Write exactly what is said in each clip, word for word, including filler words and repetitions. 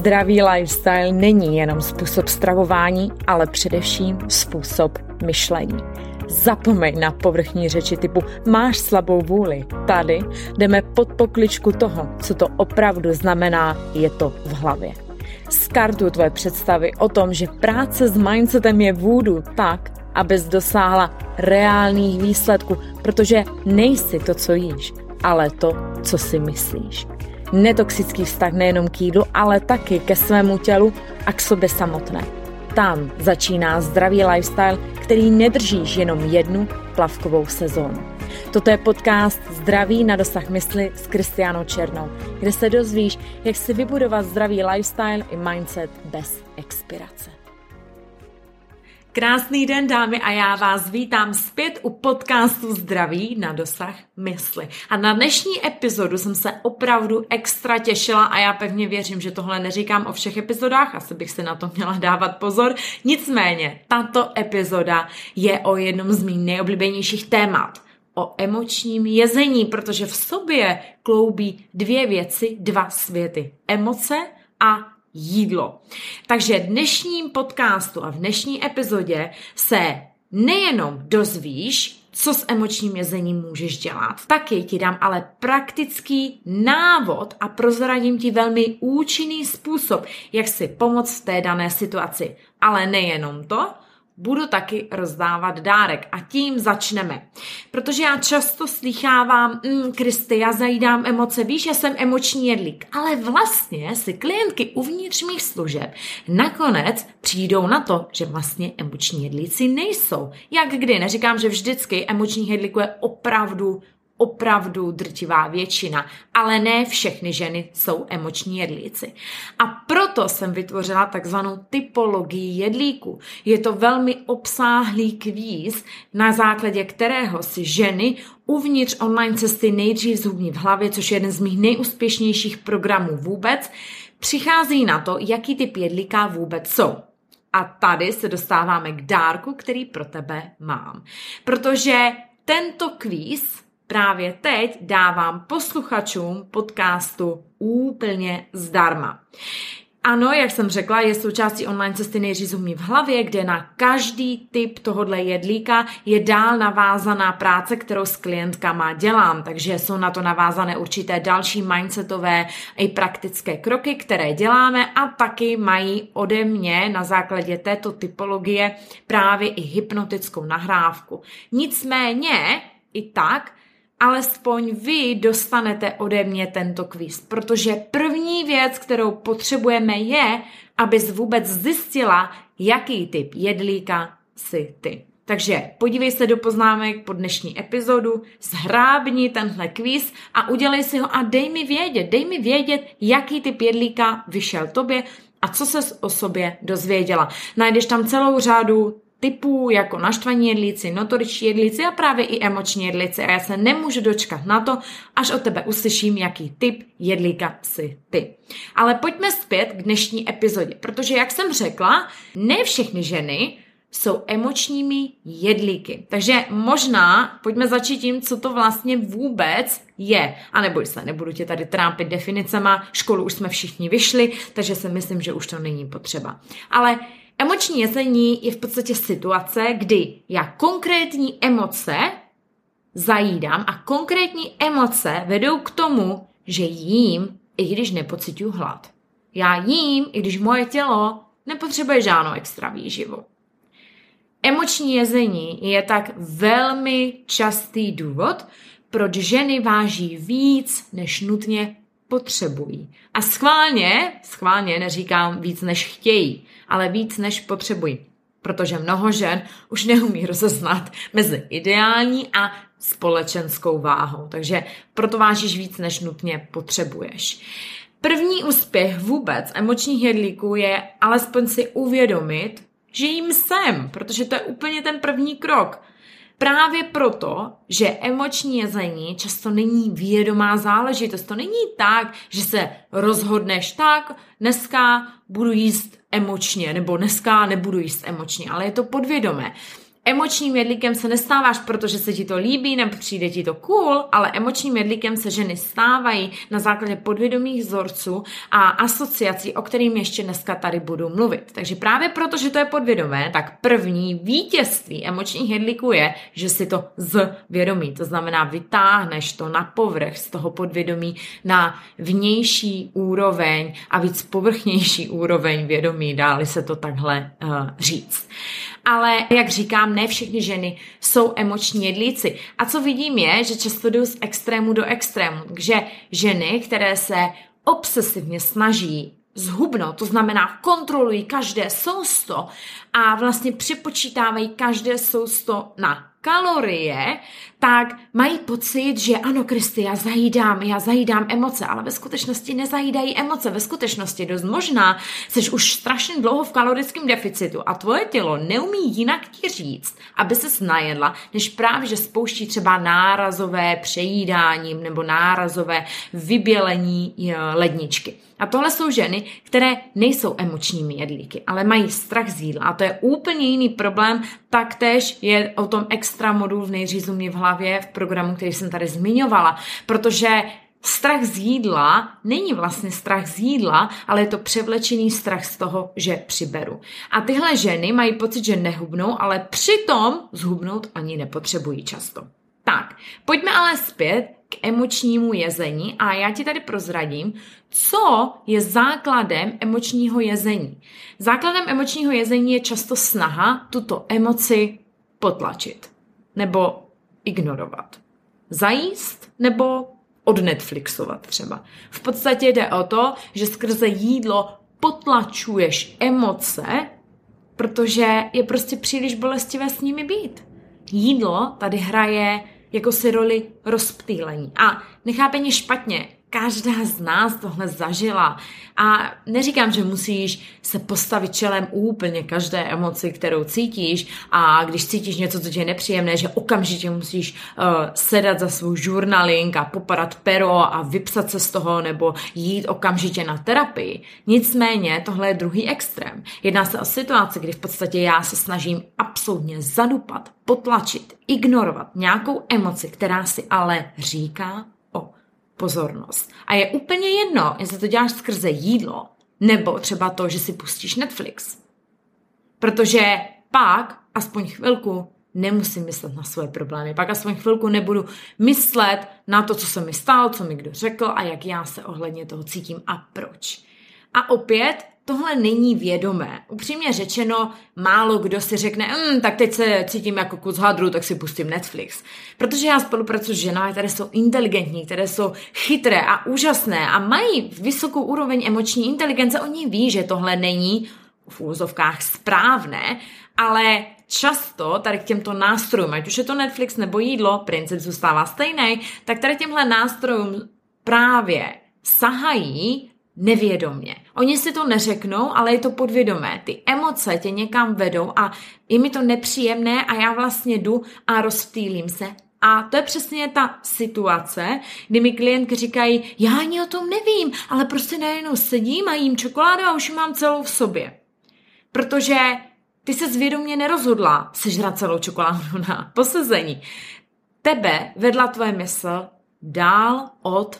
Zdravý lifestyle není jenom způsob stravování, ale především způsob myšlení. Zapomeň na povrchní řeči typu máš slabou vůli. Tady jdeme pod pokličku toho, co to opravdu znamená, je to v hlavě. Skartuj tvoje představy o tom, že práce s mindsetem je vůdu tak, abys dosáhla reálných výsledků, protože nejsi to, co jíš, ale to, co si myslíš. Netoxický vztah nejenom k jídlu, ale taky ke svému tělu a k sobě samotné. Tam začíná zdravý lifestyle, který nedržíš jenom jednu plavkovou sezónu. Toto je podcast Zdraví na dosah mysli s Kristiánou Černou, kde se dozvíš, jak si vybudovat zdravý lifestyle i mindset bez expirace. Krásný den, dámy, a já vás vítám zpět u podcastu Zdraví na dosah mysli. A na dnešní epizodu jsem se opravdu extra těšila a já pevně věřím, že tohle neříkám o všech epizodách, asi bych si na to měla dávat pozor. Nicméně, tato epizoda je o jednom z mých nejoblíbenějších témat. O emočním jezení, protože v sobě kloubí dvě věci, dva světy. Emoce a jídlo. Takže v dnešním podcastu a v dnešní epizodě se nejenom dozvíš, co s emočním jezením můžeš dělat, taky ti dám ale praktický návod a prozradím ti velmi účinný způsob, jak si pomoct v té dané situaci. Ale nejenom to, budu taky rozdávat dárek a tím začneme. Protože já často slýchávám, mm, Kristy, já zajídám emoce, víš, já jsem emoční jedlík. Ale vlastně si klientky uvnitř mých služeb nakonec přijdou na to, že vlastně emoční jedlíci nejsou. Jak kdy, neříkám, že vždycky emoční jedlíků je opravdu opravdu drtivá většina, ale ne všechny ženy jsou emoční jedlíci. A proto jsem vytvořila takzvanou typologii jedlíků. Je to velmi obsáhlý kvíz, na základě kterého si ženy uvnitř online cesty nejdřív zhubní v hlavě, což je jeden z mých nejúspěšnějších programů vůbec, přichází na to, jaký typ jedlíka vůbec jsou. A tady se dostáváme k dárku, který pro tebe mám. Protože tento kvíz právě teď dávám posluchačům podcastu úplně zdarma. Ano, jak jsem řekla, je součástí online cesty nejdřív zhubni v hlavě, kde na každý typ tohodle jedlíka je dál navázaná práce, kterou s klientkama dělám. Takže jsou na to navázané určité další mindsetové i praktické kroky, které děláme a taky mají ode mě na základě této typologie právě i hypnotickou nahrávku. Nicméně i tak alespoň vy dostanete ode mě tento kvíz, protože první věc, kterou potřebujeme, je, abys vůbec zjistila, jaký typ jedlíka jsi ty. Takže podívej se do poznámek pod dnešní epizodu, zhrábni tenhle kvíz a udělej si ho a dej mi vědět, dej mi vědět, jaký typ jedlíka vyšel tobě a co ses o sobě dozvěděla. Najdeš tam celou řadu typů jako naštvaní jedlíci, notoričtí jedlíci a právě i emoční jedlíci a já se nemůžu dočkat na to, až od tebe uslyším, jaký typ jedlíka jsi ty. Ale pojďme zpět k dnešní epizodě, protože jak jsem řekla, ne všechny ženy jsou emočními jedlíky. Takže možná pojďme začít tím, co to vlastně vůbec je. A neboj se, nebudu tě tady trápit definicema, školu už jsme všichni vyšli, takže si myslím, že už to není potřeba. Ale emoční jezení je v podstatě situace, kdy já konkrétní emoce zajídám a konkrétní emoce vedou k tomu, že jím, i když nepociťuji hlad. Já jím, i když moje tělo nepotřebuje žádnou extra výživu. Emoční jezení je tak velmi častý důvod, proč ženy váží víc, než nutně potřebují. A schválně, schválně neříkám víc, než chtějí, ale víc, než potřebují. Protože mnoho žen už neumí rozeznat mezi ideální a společenskou váhou. Takže proto vážíš víc, než nutně potřebuješ. První úspěch vůbec emočních jedlíků je alespoň si uvědomit, že jim jsem, protože to je úplně ten první krok. Právě proto, že emoční jezení často není vědomá záležitost. To není tak, že se rozhodneš tak, dneska budu jíst emočně, nebo dneska nebudu jíst emočně, ale je to podvědomé. Emočním jedlíkem se nestáváš, protože se ti to líbí nebo přijde ti to cool, ale emočním jedlíkem se ženy stávají na základě podvědomých vzorců a asociací, o kterým ještě dneska tady budu mluvit. Takže právě proto, že to je podvědomé, tak první vítězství emočních jedlíků je, že si to zvědomí. To znamená, vytáhneš to na povrch z toho podvědomí na vnější úroveň a víc povrchnější úroveň vědomí, dá-li se to takhle uh, říct. Ale jak říkám, ne všechny ženy jsou emoční jedlíci. A co vidím je, že často jdu z extrému do extrému. Takže ženy, které se obsesivně snaží zhubnout, to znamená kontrolují každé sousto a vlastně připočítávají každé sousto na kalorie, tak mají pocit, že ano, Kristi, já zajídám, já zajídám emoce, ale ve skutečnosti nezajídají emoce. Ve skutečnosti dost možná jsi už strašně dlouho v kalorickém deficitu a tvoje tělo neumí jinak ti říct, aby ses najedla, než právě, že spouští třeba nárazové přejídáním nebo nárazové vybělení ledničky. A tohle jsou ženy, které nejsou emočními jedlíky, ale mají strach z jídla. A to je úplně jiný problém. Taktéž je o tom extra modul v Nejřízu mě v hlavě v programu, který jsem tady zmiňovala. Protože strach z jídla není vlastně strach z jídla, ale je to převlečený strach z toho, že přiberu. A tyhle ženy mají pocit, že nehubnou, ale přitom zhubnout ani nepotřebují často. Tak, pojďme ale zpět k emočnímu jezení a já ti tady prozradím, co je základem emočního jezení. Základem emočního jezení je často snaha tuto emoci potlačit nebo ignorovat. Zajíst nebo odnetflixovat třeba. V podstatě jde o to, že skrze jídlo potlačuješ emoce, protože je prostě příliš bolestivé s nimi být. Jídlo tady hraje jako si roli rozptýlení. A nechápe mě špatně, každá z nás tohle zažila. A neříkám, že musíš se postavit čelem úplně každé emoci, kterou cítíš, a když cítíš něco, co ti je nepříjemné, že okamžitě musíš uh, sedat za svůj žurnalink a popadat pero a vypsat se z toho nebo jít okamžitě na terapii. Nicméně tohle je druhý extrém. Jedná se o situaci, kdy v podstatě já se snažím absolutně zadupat, potlačit, ignorovat nějakou emoci, která si ale říká o pozornost. A je úplně jedno, jestli to děláš skrze jídlo, nebo třeba to, že si pustíš Netflix. Protože pak aspoň chvilku nemusím myslet na svoje problémy. Pak aspoň chvilku nebudu myslet na to, co se mi stalo, co mi kdo řekl a jak já se ohledně toho cítím a proč. A opět, tohle není vědomé. Upřímně řečeno, málo kdo si řekne, hm, tak teď se cítím jako kus hadru, tak si pustím Netflix. Protože já spolupracuji s ženami, které jsou inteligentní, které jsou chytré a úžasné a mají vysokou úroveň emoční inteligence. Oni ví, že tohle není v úvozovkách správné, ale často tady k těmto nástrojům, ať už je to Netflix nebo jídlo, princip zůstává stejný, tak tady těmhle nástrojům právě sahají nevědomě. Oni si to neřeknou, ale je to podvědomé. Ty emoce tě někam vedou a je mi to nepříjemné a já vlastně jdu a rozptýlím se. A to je přesně ta situace, kdy mi klientky říkají, já ani o tom nevím, ale prostě najednou sedím a jím čokoládu a už ji mám celou v sobě. Protože ty se zvědomě nerozhodla sežrat celou čokoládu na posezení. Tebe vedla tvoje mysl dál od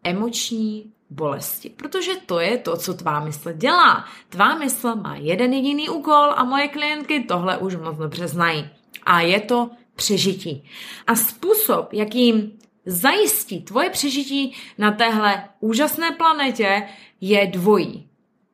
emoční bolesti, protože to je to, co tvá mysl dělá. Tvá mysl má jeden jediný úkol a moje klientky tohle už moc dobře znají. A je to přežití. A způsob, jakým zajistí tvoje přežití na téhle úžasné planetě, je dvojí.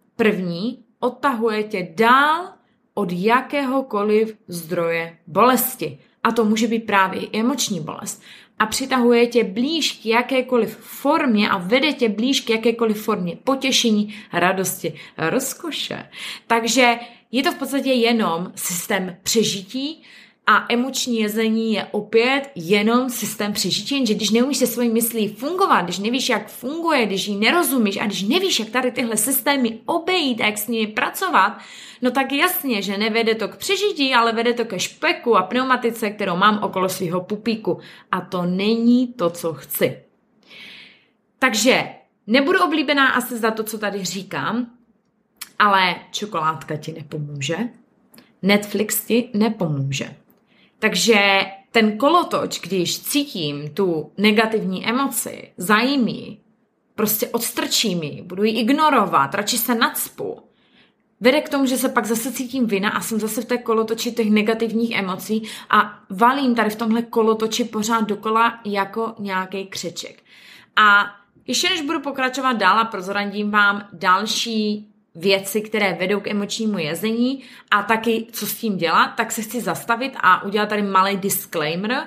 První, odtahuje tě dál od jakéhokoliv zdroje bolesti. A to může být právě i emoční bolest. A přitahuje tě blíž k jakékoliv formě a vede tě blíž k jakékoliv formě potěšení, radosti, rozkoše. Takže je to v podstatě jenom systém přežití a emoční jezení je opět jenom systém přežití, že když neumíš se svojí myslí fungovat, když nevíš, jak funguje, když ji nerozumíš a když nevíš, jak tady tyhle systémy obejít a jak s nimi pracovat, no tak jasně, že nevede to k přežití, ale vede to ke špeku a pneumatice, kterou mám okolo svého pupíku. A to není to, co chci. Takže nebudu oblíbená asi za to, co tady říkám, ale čokoládka ti nepomůže, Netflix ti nepomůže. Takže ten kolotoč, když cítím tu negativní emoci, zajím ji, prostě odstrčím ji, budu ji ignorovat, radši se nacpu, vede k tomu, že se pak zase cítím vina a jsem zase v té kolotoči těch negativních emocí a valím tady v tomhle kolotoči pořád dokola jako nějaký křeček. A ještě než budu pokračovat dál a prozradím vám další věci, které vedou k emočnímu jezení a taky, co s tím dělat, tak se chci zastavit a udělat tady malý disclaimer.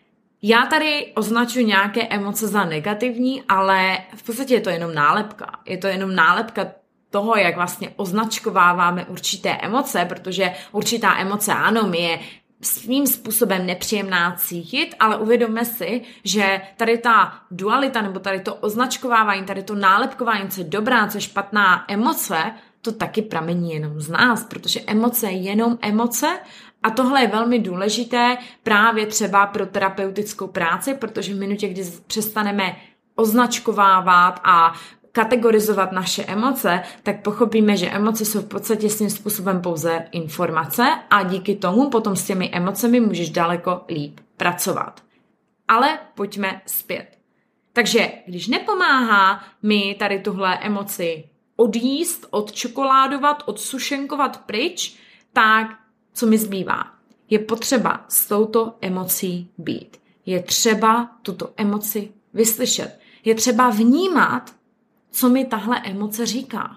Já tady označuji nějaké emoce za negativní, ale v podstatě je to jenom nálepka. Je to jenom nálepka toho, jak vlastně označkováváme určité emoce, protože určitá emoce, ano, my je svým způsobem nepříjemná cítit, ale uvědomme si, že tady ta dualita nebo tady to označkovávání, tady to nálepkování, co je dobrá, co je špatná emoce, to taky pramení jenom z nás, protože emoce je jenom emoce a tohle je velmi důležité právě třeba pro terapeutickou práci, protože v minutě, kdy přestaneme označkovávat a kategorizovat naše emoce, tak pochopíme, že emoce jsou v podstatě svým způsobem pouze informace a díky tomu potom s těmi emocemi můžeš daleko líp pracovat. Ale pojďme zpět. Takže když nepomáhá mi tady tuhle emoci odjíst, odčokoládovat, odsušenkovat pryč, tak co mi zbývá? Je potřeba s touto emocí být. Je třeba tuto emoci vyslyšet. Je třeba vnímat, co mi tahle emoce říká.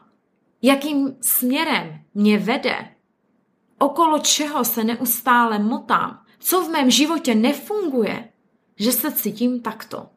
Jakým směrem mě vede. Okolo čeho se neustále motám. Co v mém životě nefunguje, že se cítím takto.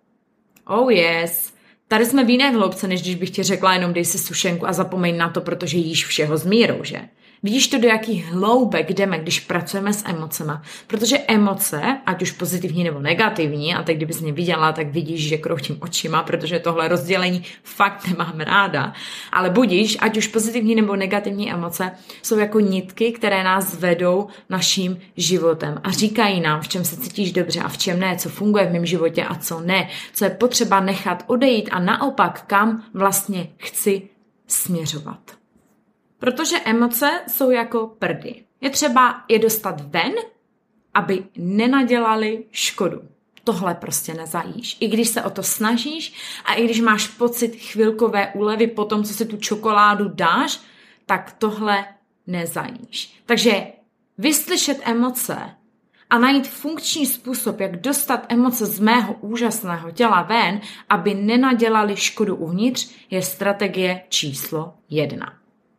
Oh yes. Tady jsme v jiné hloubce, než když bych ti řekla jenom dej si sušenku a zapomeň na to, protože jíš všeho s mírou, že? Vidíš to, do jakých hloubek jdeme, když pracujeme s emocema. Protože emoce, ať už pozitivní nebo negativní, a teď kdybys mě viděla, tak vidíš, že kroutím očima, protože tohle rozdělení fakt nemám ráda. Ale budíš, ať už pozitivní nebo negativní emoce, jsou jako nitky, které nás vedou naším životem a říkají nám, v čem se cítíš dobře a v čem ne, co funguje v mém životě a co ne, co je potřeba nechat odejít a naopak, kam vlastně chci směřovat. Protože emoce jsou jako prdy. Je třeba je dostat ven, aby nenadělali škodu. Tohle prostě nezajíš. I když se o to snažíš a i když máš pocit chvilkové úlevy po tom, co si tu čokoládu dáš, tak tohle nezajíš. Takže vyslyšet emoce a najít funkční způsob, jak dostat emoce z mého úžasného těla ven, aby nenadělali škodu uvnitř, je strategie číslo jedna.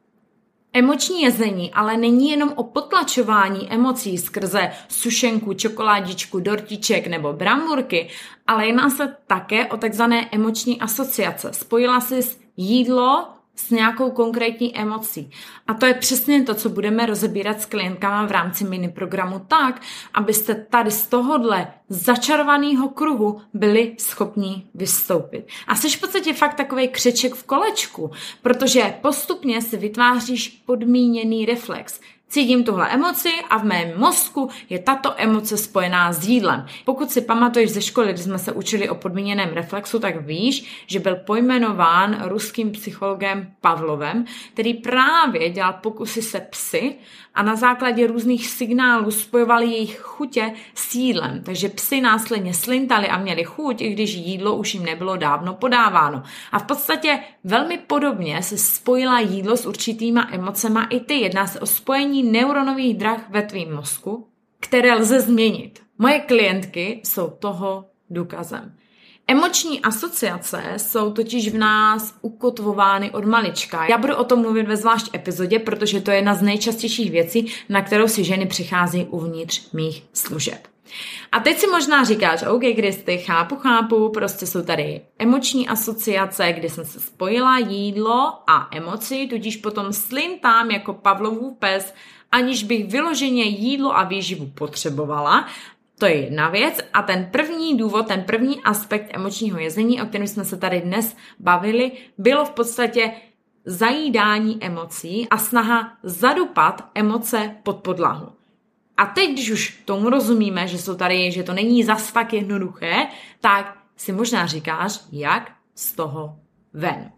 Emoční jezení ale není jenom o potlačování emocí skrze sušenku, čokoládičku, dortiček nebo bramburky, ale jedná se také o takzvané emoční asociace. Spojila jsi jídlo s nějakou konkrétní emocí. A to je přesně to, co budeme rozebírat s klientkama v rámci mini programu tak, abyste tady z tohohle začarovaného kruhu byli schopni vystoupit. A jsi v podstatě fakt takovej křeček v kolečku, protože postupně si vytváříš podmíněný reflex. Cítím tuhle emoci a v mém mozku je tato emoce spojená s jídlem. Pokud si pamatuješ ze školy, kdy jsme se učili o podmíněném reflexu, tak víš, že byl pojmenován ruským psychologem Pavlovem, který právě dělal pokusy se psy a na základě různých signálů spojovali jejich chutě s jídlem. Takže psy následně slintali a měli chuť, i když jídlo už jim nebylo dávno podáváno. A v podstatě velmi podobně se spojila jídlo s určitýma emocema i ty. Jedná se o spojení neuronových drah ve tvým mozku, které lze změnit. Moje klientky jsou toho důkazem. Emoční asociace jsou totiž v nás ukotvovány od malička. Já budu o tom mluvit ve zvlášť epizodě, protože to je jedna z nejčastějších věcí, na kterou si ženy přicházejí uvnitř mých služeb. A teď si možná říkáš, OK, Kristy, chápu, chápu, prostě jsou tady emoční asociace, kdy jsem se spojila jídlo a emoci, tudíž potom slintám jako Pavlovův pes, aniž bych vyloženě jídlo a výživu potřebovala. To je jedna věc a ten první důvod, ten první aspekt emočního jezení, o kterém jsme se tady dnes bavili, bylo v podstatě zajídání emocí a snaha zadupat emoce pod podlahu. A teď, když už tomu rozumíme, že jsou tady, že to není zas tak jednoduché, tak si možná říkáš, jak z toho ven.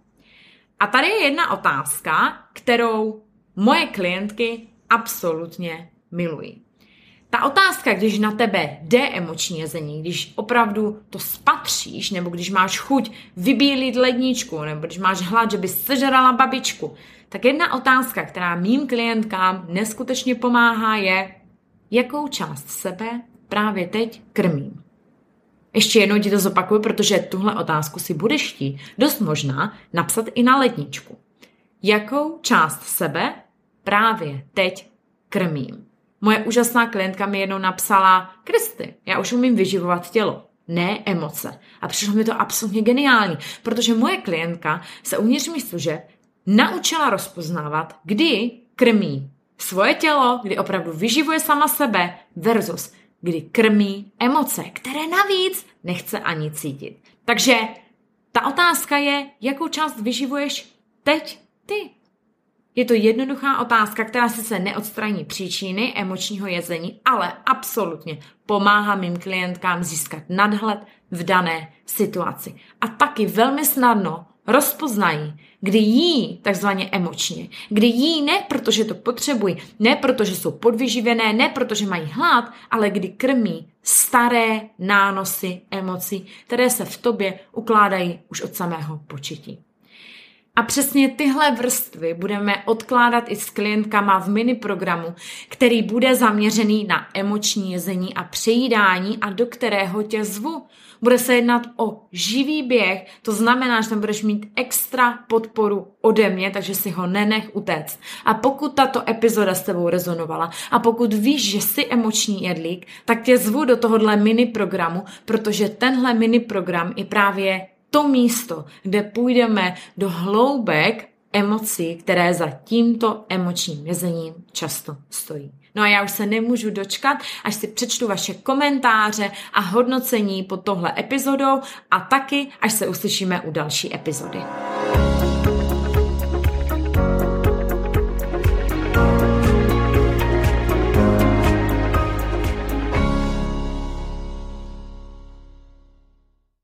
A tady je jedna otázka, kterou moje klientky absolutně milují. Ta otázka, když na tebe jde emoční jezení, když opravdu to spatříš, nebo když máš chuť vybílit ledničku, nebo když máš hlad, že bys sežrala babičku, tak jedna otázka, která mým klientkám neskutečně pomáhá, je, jakou část sebe právě teď krmím. Ještě jednou ti to zopakuju, protože tuhle otázku si budeš chtít dost možná napsat i na ledničku. Jakou část sebe právě teď krmím? Moje úžasná klientka mi jednou napsala, Kristy, já už umím vyživovat tělo, ne emoce. A přišlo mi to absolutně geniální, protože moje klientka se uvnitř mých služeb naučila rozpoznávat, kdy krmí svoje tělo, kdy opravdu vyživuje sama sebe versus kdy krmí emoce, které navíc nechce ani cítit. Takže ta otázka je, jakou část vyživuješ teď ty? Je to jednoduchá otázka, která sice neodstraní příčiny emočního jezení, ale absolutně pomáhá mým klientkám získat nadhled v dané situaci. A taky velmi snadno rozpoznají, kdy jí takzvaně emočně, kdy jí ne protože to potřebují, ne protože jsou podvyživené, ne protože mají hlad, ale kdy krmí staré nánosy emocí, které se v tobě ukládají už od samého početí. A přesně tyhle vrstvy budeme odkládat i s klientkama v mini programu, který bude zaměřený na emoční jezení a přejídání a do kterého tě zvu. Bude se jednat o živý běh, to znamená, že tam budeš mít extra podporu ode mě, takže si ho nenech utéct. A pokud tato epizoda s tebou rezonovala a pokud víš, že jsi emoční jedlík, tak tě zvu do tohohle mini programu, protože tenhle mini program je právě to místo, kde půjdeme do hloubek emocí, které za tímto emočním jezením často stojí. No a já už se nemůžu dočkat, až si přečtu vaše komentáře a hodnocení pod tohle epizodou a taky, až se uslyšíme u další epizody.